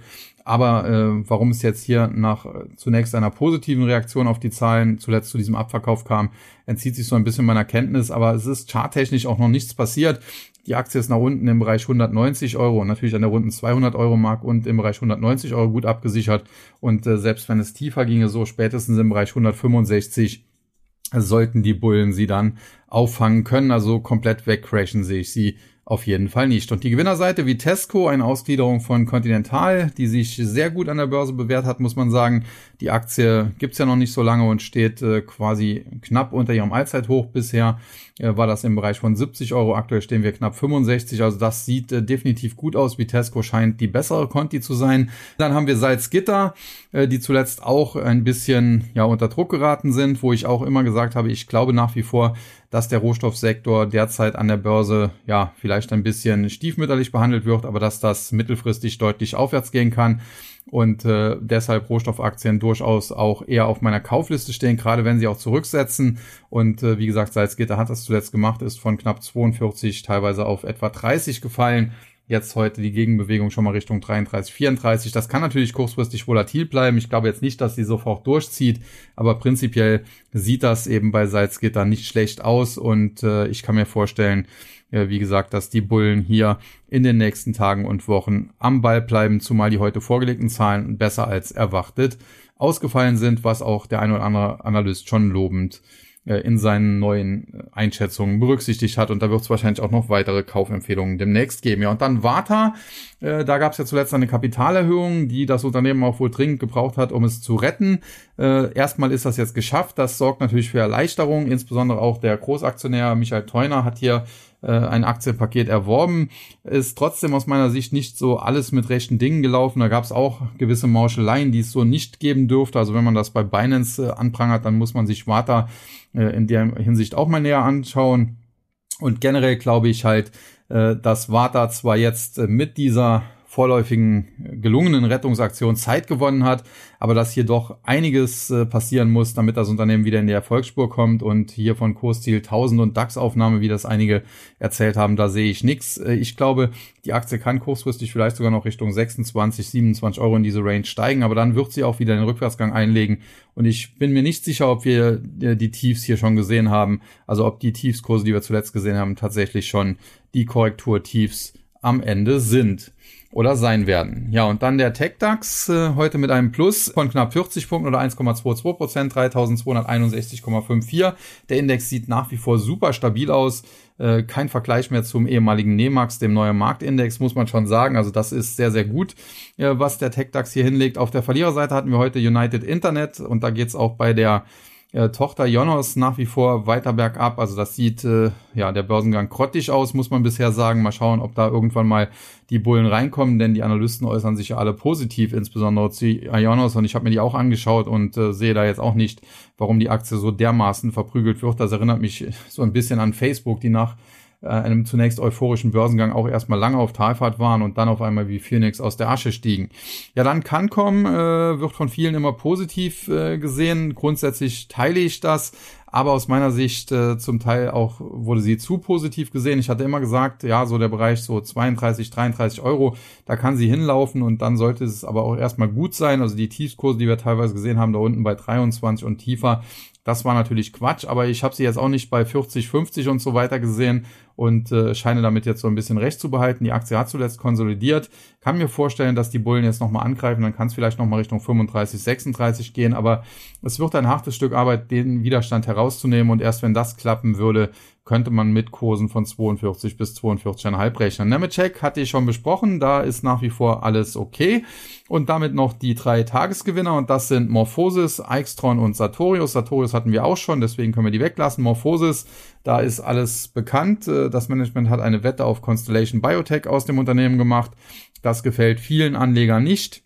[SPEAKER 1] aber warum es jetzt hier nach zunächst einer positiven Reaktion auf die Zahlen zuletzt zu diesem Abverkauf kam, entzieht sich so ein bisschen meiner Kenntnis, aber es ist charttechnisch auch noch nichts passiert. Die Aktie ist nach unten im Bereich 190 Euro, natürlich an der runden 200 Euro Mark und im Bereich 190 Euro gut abgesichert, und selbst wenn es tiefer ginge, so spätestens im Bereich 165 sollten die Bullen sie dann auffangen können, also komplett wegcrashen sehe ich sie auf jeden Fall nicht. Und die Gewinnerseite Vitesco, eine Ausgliederung von Continental, die sich sehr gut an der Börse bewährt hat, muss man sagen. Die Aktie gibt's ja noch nicht so lange und steht quasi knapp unter ihrem Allzeithoch. Bisher war das im Bereich von 70 Euro. Aktuell stehen wir knapp 65. Also das sieht definitiv gut aus. Vitesco scheint die bessere Conti zu sein. Dann haben wir Salzgitter, die zuletzt auch ein bisschen unter Druck geraten sind, wo ich auch immer gesagt habe, ich glaube nach wie vor, dass der Rohstoffsektor derzeit an der Börse vielleicht ein bisschen stiefmütterlich behandelt wird, aber dass das mittelfristig deutlich aufwärts gehen kann, und deshalb Rohstoffaktien durchaus auch eher auf meiner Kaufliste stehen, gerade wenn sie auch zurücksetzen. Und wie gesagt, Salzgitter hat das zuletzt gemacht, ist von knapp 42 teilweise auf etwa 30 gefallen. Jetzt heute die Gegenbewegung schon mal Richtung 33, 34. Das kann natürlich kurzfristig volatil bleiben. Ich glaube jetzt nicht, dass sie sofort durchzieht, aber prinzipiell sieht das eben bei Salzgitter nicht schlecht aus, und ich kann mir vorstellen, wie gesagt, dass die Bullen hier in den nächsten Tagen und Wochen am Ball bleiben, zumal die heute vorgelegten Zahlen besser als erwartet ausgefallen sind, was auch der ein oder andere Analyst schon lobend in seinen neuen Einschätzungen berücksichtigt hat, und da wird es wahrscheinlich auch noch weitere Kaufempfehlungen demnächst geben. Ja, und dann Varta, da gab es ja zuletzt eine Kapitalerhöhung, die das Unternehmen auch wohl dringend gebraucht hat, um es zu retten. Erstmal ist das jetzt geschafft, das sorgt natürlich für Erleichterung, insbesondere auch der Großaktionär Michael Theuner hat hier ein Aktienpaket erworben. Ist trotzdem aus meiner Sicht nicht so alles mit rechten Dingen gelaufen. Da gab es auch gewisse Mauscheleien, die es so nicht geben dürfte. Also wenn man das bei Binance anprangert, dann muss man sich Varta in der Hinsicht auch mal näher anschauen. Und generell glaube ich halt, dass Varta zwar jetzt mit dieser vorläufigen gelungenen Rettungsaktion Zeit gewonnen hat, aber dass hier doch einiges passieren muss, damit das Unternehmen wieder in die Erfolgsspur kommt, und hier von Kursziel 1000 und DAX-Aufnahme, wie das einige erzählt haben, da sehe ich nichts. Ich glaube, die Aktie kann kurzfristig vielleicht sogar noch Richtung 26, 27 Euro in diese Range steigen, aber dann wird sie auch wieder den Rückwärtsgang einlegen, und ich bin mir nicht sicher, ob wir die Tiefs hier schon gesehen haben, also ob die Tiefskurse, die wir zuletzt gesehen haben, tatsächlich schon die Korrekturtiefs am Ende sind oder sein werden. Ja, und dann der TecDAX heute mit einem Plus von knapp 40 Punkten oder 1,22%, 3261,54. Der Index sieht nach wie vor super stabil aus. Kein Vergleich mehr zum ehemaligen NEMAX, dem neuen Marktindex, muss man schon sagen. Also das ist sehr, sehr gut, was der TecDAX hier hinlegt. Auf der Verliererseite hatten wir heute United Internet, und da geht's auch bei der Tochter Ionos nach wie vor weiter bergab. Also das sieht der Börsengang grottig aus, muss man bisher sagen. Mal schauen, ob da irgendwann mal die Bullen reinkommen, denn die Analysten äußern sich ja alle positiv, insbesondere zu Ionos, und ich habe mir die auch angeschaut und sehe da jetzt auch nicht, warum die Aktie so dermaßen verprügelt wird. Das erinnert mich so ein bisschen an Facebook, die nach einem zunächst euphorischen Börsengang auch erstmal lange auf Talfahrt waren und dann auf einmal wie Phoenix aus der Asche stiegen. Ja, dann Cancom wird von vielen immer positiv gesehen. Grundsätzlich teile ich das, aber aus meiner Sicht zum Teil auch wurde sie zu positiv gesehen. Ich hatte immer gesagt, ja, so der Bereich so 32, 33 Euro, da kann sie hinlaufen und dann sollte es aber auch erstmal gut sein. Also die Tiefskurse, die wir teilweise gesehen haben, da unten bei 23 und tiefer, das war natürlich Quatsch, aber ich habe sie jetzt auch nicht bei 40, 50 und so weiter gesehen und scheine damit jetzt so ein bisschen recht zu behalten. Die Aktie hat zuletzt konsolidiert. Kann mir vorstellen, dass die Bullen jetzt nochmal angreifen, dann kann es vielleicht nochmal Richtung 35, 36 gehen, aber es wird ein hartes Stück Arbeit, den Widerstand herauszunehmen und erst wenn das klappen würde, könnte man mit Kursen von 42 bis 42,5 rechnen. Nemetschek hatte ich schon besprochen, da ist nach wie vor alles okay. Und damit noch die 3 Tagesgewinner und das sind MorphoSys, Aixtron und Sartorius. Sartorius hatten wir auch schon, deswegen können wir die weglassen. MorphoSys, da ist alles bekannt. Das Management hat eine Wette auf Constellation Biotech aus dem Unternehmen gemacht. Das gefällt vielen Anlegern nicht.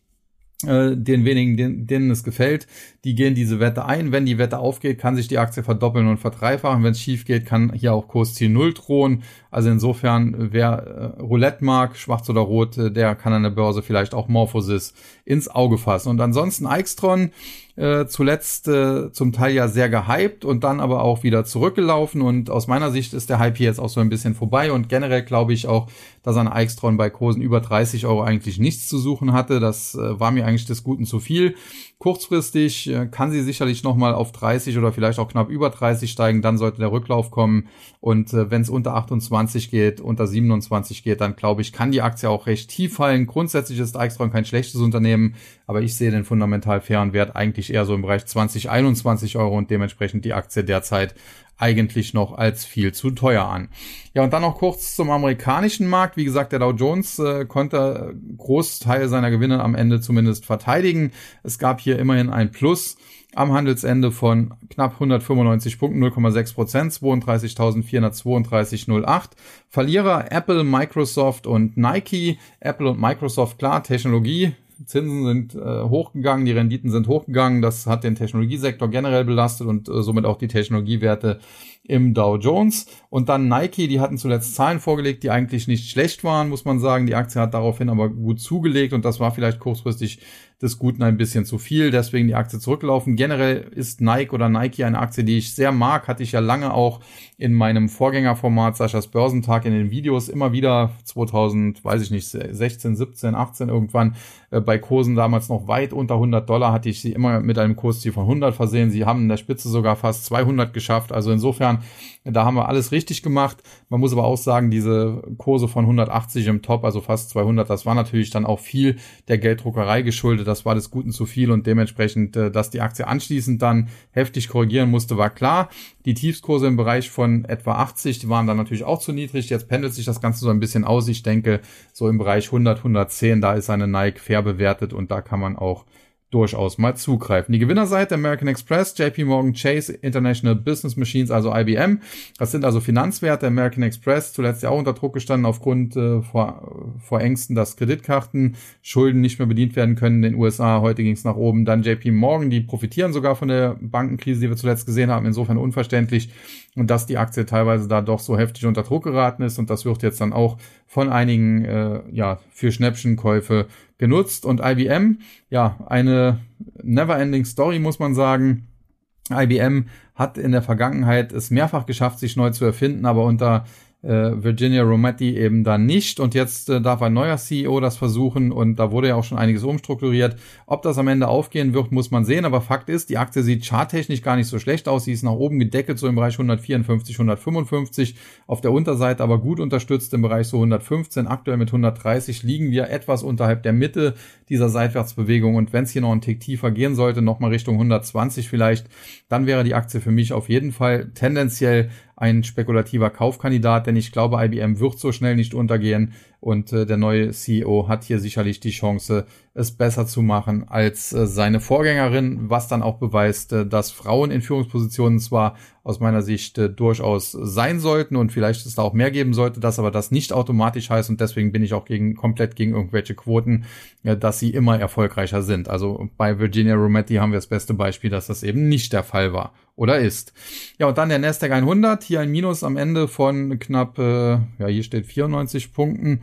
[SPEAKER 1] Den wenigen, denen es gefällt, die gehen diese Wette ein. Wenn die Wette aufgeht, kann sich die Aktie verdoppeln und verdreifachen. Wenn es schief geht, kann hier auch Kursziel 0 drohen. Also insofern, wer Roulette mag, schwarz oder rot, der kann an der Börse vielleicht auch MorphoSys ins Auge fassen. Und ansonsten Aixtron, zuletzt zum Teil ja sehr gehypt und dann aber auch wieder zurückgelaufen und aus meiner Sicht ist der Hype hier jetzt auch so ein bisschen vorbei und generell glaube ich auch, dass an Aixtron bei Kursen über 30 Euro eigentlich nichts zu suchen hatte. Das war mir eigentlich des Guten zu viel. Kurzfristig kann sie sicherlich nochmal auf 30 oder vielleicht auch knapp über 30 steigen, dann sollte der Rücklauf kommen und wenn es unter 28 geht, unter 27 geht, dann glaube ich, kann die Aktie auch recht tief fallen. Grundsätzlich ist Aixtron kein schlechtes Unternehmen, aber ich sehe den fundamental fairen Wert eigentlich eher so im Bereich 20, 21 Euro und dementsprechend die Aktie derzeit eigentlich noch als viel zu teuer an. Ja, und dann noch kurz zum amerikanischen Markt. Wie gesagt, der Dow Jones konnte Großteil seiner Gewinne am Ende zumindest verteidigen. Es gab hier immerhin ein Plus am Handelsende von knapp 195 Punkten, 0,6%, 32.432,08. Verlierer Apple, Microsoft und Nike. Apple und Microsoft, klar, Technologie. Zinsen sind hochgegangen, die Renditen sind hochgegangen. Das hat den Technologiesektor generell belastet und somit auch die Technologiewerte im Dow Jones. Und dann Nike, die hatten zuletzt Zahlen vorgelegt, die eigentlich nicht schlecht waren, muss man sagen. Die Aktie hat daraufhin aber gut zugelegt und das war vielleicht kurzfristig des Guten ein bisschen zu viel, deswegen die Aktie zurückgelaufen. Generell ist Nike eine Aktie, die ich sehr mag, hatte ich ja lange auch in meinem Vorgängerformat Saschas Börsentag in den Videos immer wieder 2016, 17, 18 irgendwann bei Kursen damals noch weit unter $100 hatte ich sie immer mit einem Kursziel von 100 versehen. Sie haben in der Spitze sogar fast 200 geschafft, also insofern, da haben wir alles richtig gemacht. Man muss aber auch sagen, diese Kurse von 180 im Top, also fast 200, das war natürlich dann auch viel der Gelddruckerei geschuldet. Das war des Guten zu viel und dementsprechend, dass die Aktie anschließend dann heftig korrigieren musste, war klar. Die Tiefskurse im Bereich von etwa 80, die waren dann natürlich auch zu niedrig. Jetzt pendelt sich das Ganze so ein bisschen aus. Ich denke, so im Bereich 100, 110, da ist eine Nike fair bewertet und da kann man auch durchaus mal zugreifen. Die Gewinnerseite American Express, JP Morgan Chase, International Business Machines, also IBM. Das sind also Finanzwerte. American Express zuletzt ja auch unter Druck gestanden aufgrund vor Ängsten, dass Kreditkartenschulden nicht mehr bedient werden können in den USA. Heute ging es nach oben. Dann JP Morgan, die profitieren sogar von der Bankenkrise, die wir zuletzt gesehen haben. Insofern unverständlich, und dass die Aktie teilweise da doch so heftig unter Druck geraten ist. Und das wird jetzt dann auch von einigen für Schnäppchenkäufe genutzt. Und IBM, ja, eine never-ending Story, muss man sagen. IBM hat in der Vergangenheit es mehrfach geschafft, sich neu zu erfinden, aber unter Virginia Rometty eben dann nicht. Und jetzt darf ein neuer CEO das versuchen und da wurde ja auch schon einiges umstrukturiert. Ob das am Ende aufgehen wird, muss man sehen. Aber Fakt ist, die Aktie sieht charttechnisch gar nicht so schlecht aus. Sie ist nach oben gedeckelt, so im Bereich 154, 155. Auf der Unterseite aber gut unterstützt im Bereich so 115. Aktuell mit 130 liegen wir etwas unterhalb der Mitte dieser Seitwärtsbewegung. Und wenn es hier noch einen Tick tiefer gehen sollte, nochmal Richtung 120 vielleicht, dann wäre die Aktie für mich auf jeden Fall tendenziell ein spekulativer Kaufkandidat, denn ich glaube, IBM wird so schnell nicht untergehen und der neue CEO hat hier sicherlich die Chance, es besser zu machen als seine Vorgängerin, was dann auch beweist, dass Frauen in Führungspositionen zwar aus meiner Sicht durchaus sein sollten und vielleicht es da auch mehr geben sollte, dass aber das nicht automatisch heißt und deswegen bin ich auch komplett gegen irgendwelche Quoten, dass sie immer erfolgreicher sind. Also bei Virginia Rometty haben wir das beste Beispiel, dass das eben nicht der Fall war oder ist. Ja, und dann der Nasdaq 100, hier ein Minus am Ende von knapp, hier steht 94 Punkten.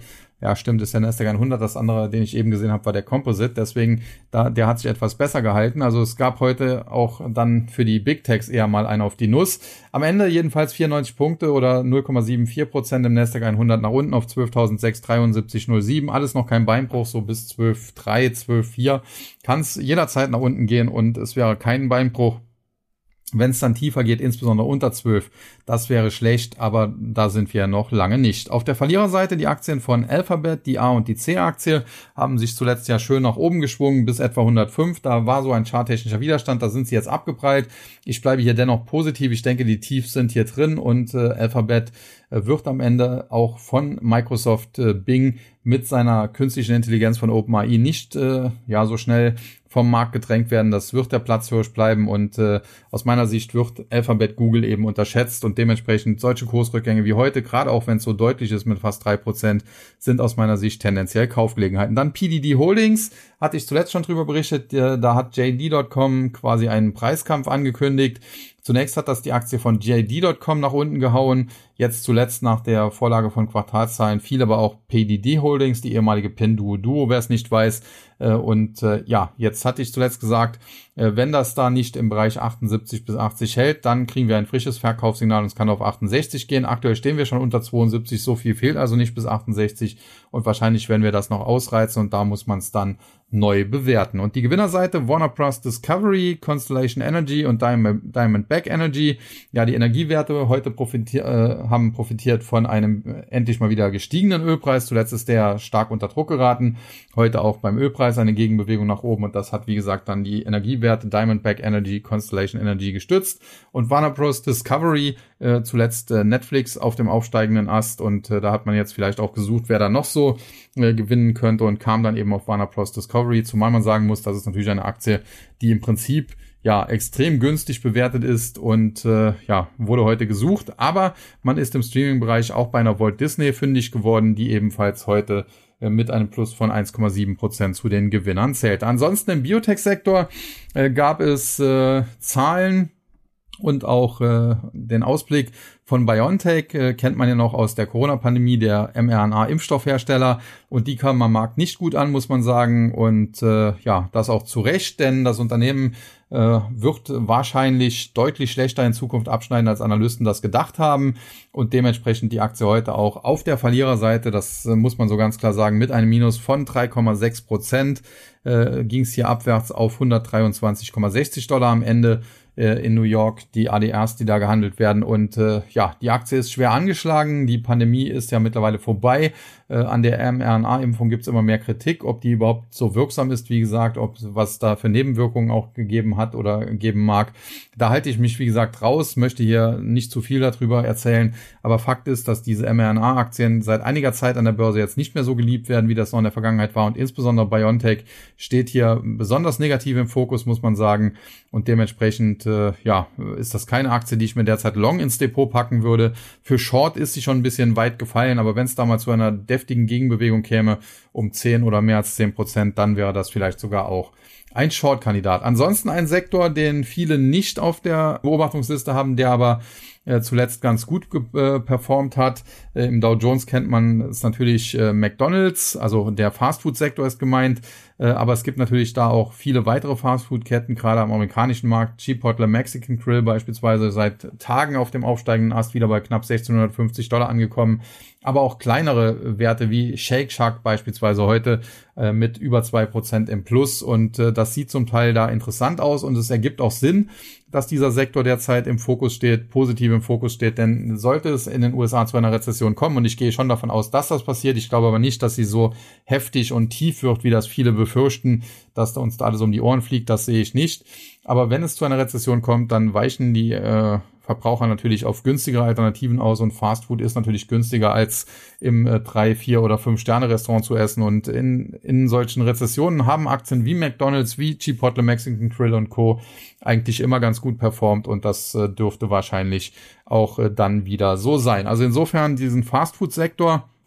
[SPEAKER 1] Ja, stimmt, ist der Nasdaq 100. Das andere, den ich eben gesehen habe, war der Composite. Deswegen, der hat sich etwas besser gehalten. Also es gab heute auch dann für die Big Techs eher mal einen auf die Nuss. Am Ende jedenfalls 94 Punkte oder 0,74% im Nasdaq 100 nach unten auf 12.673,07. Alles noch kein Beinbruch, so bis 12,3, 12,4. Kann es jederzeit nach unten gehen und es wäre kein Beinbruch. Wenn es dann tiefer geht, insbesondere unter 12, das wäre schlecht, aber da sind wir noch lange nicht. Auf der Verliererseite die Aktien von Alphabet, die A- und die C-Aktie, haben sich zuletzt ja schön nach oben geschwungen bis etwa 105. Da war so ein charttechnischer Widerstand, da sind sie jetzt abgeprallt. Ich bleibe hier dennoch positiv. Ich denke, die Tiefs sind hier drin und Alphabet wird am Ende auch von Microsoft Bing mit seiner künstlichen Intelligenz von OpenAI nicht so schnell vom Markt gedrängt werden. Das wird der Platzhirsch bleiben und aus meiner Sicht wird Alphabet Google eben unterschätzt und dementsprechend solche Kursrückgänge wie heute, gerade auch wenn es so deutlich ist mit fast 3%, sind aus meiner Sicht tendenziell Kaufgelegenheiten. Dann PDD Holdings, hatte ich zuletzt schon drüber berichtet, da hat JD.com quasi einen Preiskampf angekündigt. Zunächst hat das die Aktie von JD.com nach unten gehauen, jetzt zuletzt nach der Vorlage von Quartalszahlen fiel aber auch PDD Holdings, die ehemalige Pinduoduo, wer es nicht weiß. Jetzt hatte ich zuletzt gesagt, wenn das da nicht im Bereich 78 bis 80 hält, dann kriegen wir ein frisches Verkaufssignal und es kann auf 68 gehen. Aktuell stehen wir schon unter 72, so viel fehlt also nicht bis 68 und wahrscheinlich werden wir das noch ausreizen und da muss man es dann neu bewerten. Und die Gewinnerseite Warner Bros. Discovery, Constellation Energy und Diamondback Energy. Ja, die Energiewerte heute haben profitiert von einem endlich mal wieder gestiegenen Ölpreis. Zuletzt ist der stark unter Druck geraten. Heute auch beim Ölpreis eine Gegenbewegung nach oben und das hat, wie gesagt, dann die Energiewerte Diamondback Energy, Constellation Energy gestützt. Und Warner Bros. Discovery, zuletzt Netflix auf dem aufsteigenden Ast und da hat man jetzt vielleicht auch gesucht, wer da noch so gewinnen könnte und kam dann eben auf Warner Bros. Discovery, zumal man sagen muss, das ist natürlich eine Aktie, die im Prinzip extrem günstig bewertet ist und wurde heute gesucht, aber man ist im Streaming-Bereich auch bei einer Walt Disney fündig geworden, die ebenfalls heute mit einem Plus von 1,7% zu den Gewinnern zählt. Ansonsten im Biotech-Sektor gab es Zahlen und auch den Ausblick von BioNTech, kennt man ja noch aus der Corona-Pandemie, der mRNA-Impfstoffhersteller und die kamen am Markt nicht gut an, muss man sagen und das auch zu Recht, denn das Unternehmen wird wahrscheinlich deutlich schlechter in Zukunft abschneiden, als Analysten das gedacht haben und dementsprechend die Aktie heute auch auf der Verliererseite, das muss man so ganz klar sagen, mit einem Minus von 3,6% ging es hier abwärts auf $123,60 am Ende in New York, die ADRs, die da gehandelt werden und die Aktie ist schwer angeschlagen, die Pandemie ist ja mittlerweile vorbei, an der mRNA-Impfung gibt es immer mehr Kritik, ob die überhaupt so wirksam ist, wie gesagt, ob was da für Nebenwirkungen auch gegeben hat oder geben mag. Da halte ich mich, wie gesagt, raus, möchte hier nicht zu viel darüber erzählen, aber Fakt ist, dass diese mRNA-Aktien seit einiger Zeit an der Börse jetzt nicht mehr so geliebt werden, wie das noch in der Vergangenheit war und insbesondere BioNTech steht hier besonders negativ im Fokus, muss man sagen und dementsprechend ist das keine Aktie, die ich mir derzeit long ins Depot packen würde. Für Short ist sie schon ein bisschen weit gefallen, aber wenn es da mal zu einer deftigen Gegenbewegung käme, um 10 oder mehr als 10%, dann wäre das vielleicht sogar auch ein Short-Kandidat. Ansonsten ein Sektor, den viele nicht auf der Beobachtungsliste haben, der aber zuletzt ganz gut performt hat. Im Dow Jones kennt man es natürlich McDonald's, also der Fastfood-Sektor ist gemeint, aber es gibt natürlich da auch viele weitere Fastfood-Ketten, gerade am amerikanischen Markt. Chipotle Mexican Grill beispielsweise seit Tagen auf dem aufsteigenden Ast, wieder bei knapp $1.650 angekommen, aber auch kleinere Werte wie Shake Shack beispielsweise heute mit über 2% im Plus und das sieht zum Teil da interessant aus und es ergibt auch Sinn, dass dieser Sektor derzeit im Fokus steht, positiv im Fokus steht, denn sollte es in den USA zu einer Rezession kommen und ich gehe schon davon aus, dass das passiert, ich glaube aber nicht, dass sie so heftig und tief wird, wie das viele befürchten, dass da uns da alles um die Ohren fliegt, das sehe ich nicht, aber wenn es zu einer Rezession kommt, dann weichen die Verbraucher natürlich auf günstigere Alternativen aus und Fastfood ist natürlich günstiger als im 3, 4 oder 5 Sterne Restaurant zu essen und in solchen Rezessionen haben Aktien wie McDonald's, wie Chipotle Mexican Grill und Co. eigentlich immer ganz gut performt und das dürfte wahrscheinlich auch dann wieder so sein. Also insofern diesen Fastfood-Sektor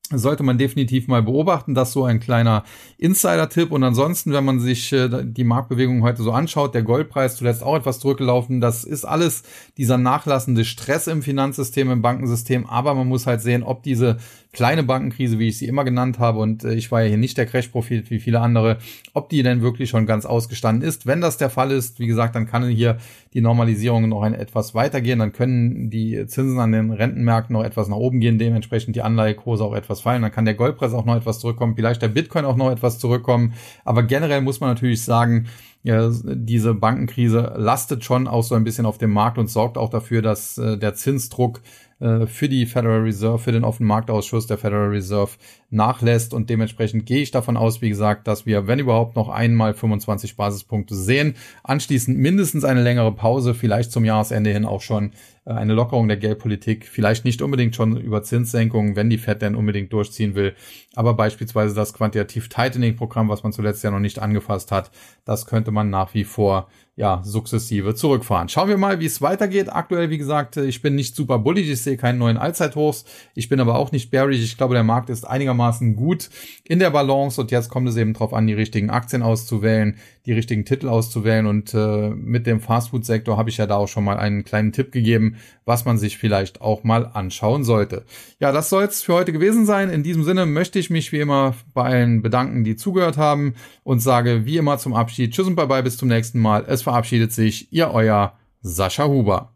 [SPEAKER 1] sollte man definitiv mal beobachten. Das ist so ein kleiner Insider-Tipp. Und ansonsten, wenn man sich die Marktbewegung heute so anschaut, der Goldpreis zuletzt auch etwas zurückgelaufen. Das ist alles dieser nachlassende Stress im Finanzsystem, im Bankensystem. Aber man muss halt sehen, ob diese kleine Bankenkrise, wie ich sie immer genannt habe, und ich war ja hier nicht der Crash-Prophet wie viele andere, ob die denn wirklich schon ganz ausgestanden ist. Wenn das der Fall ist, wie gesagt, dann kann hier die Normalisierung noch etwas weitergehen. Dann können die Zinsen an den Rentenmärkten noch etwas nach oben gehen, dementsprechend die Anleihekurse auch etwas fallen. Dann kann der Goldpreis auch noch etwas zurückkommen, vielleicht der Bitcoin auch noch etwas zurückkommen. Aber generell muss man natürlich sagen, ja, diese Bankenkrise lastet schon auch so ein bisschen auf dem Markt und sorgt auch dafür, dass der Zinsdruck für die Federal Reserve, für den offenen Marktausschuss der Federal Reserve nachlässt, und dementsprechend gehe ich davon aus, wie gesagt, dass wir, wenn überhaupt, noch einmal 25 Basispunkte sehen, anschließend mindestens eine längere Pause, vielleicht zum Jahresende hin auch schon eine Lockerung der Geldpolitik, vielleicht nicht unbedingt schon über Zinssenkungen, wenn die Fed denn unbedingt durchziehen will, aber beispielsweise das Quantitative Tightening Programm, was man zuletzt ja noch nicht angefasst hat, das könnte man nach wie vor sukzessive zurückfahren. Schauen wir mal, wie es weitergeht. Aktuell, wie gesagt, ich bin nicht super bullish, ich sehe keinen neuen Allzeithochs, ich bin aber auch nicht bearish. Ich glaube, der Markt ist einigermaßen gut in der Balance, und jetzt kommt es eben drauf an, die richtigen Aktien auszuwählen, die richtigen Titel auszuwählen, und mit dem Fastfood-Sektor habe ich ja da auch schon mal einen kleinen Tipp gegeben, was man sich vielleicht auch mal anschauen sollte. Ja, das soll es für heute gewesen sein. In diesem Sinne möchte ich mich wie immer bei allen bedanken, die zugehört haben, und sage wie immer zum Abschied Tschüss und Bye-bye, bis zum nächsten Mal. Es verabschiedet sich Ihr euer Sascha Huber.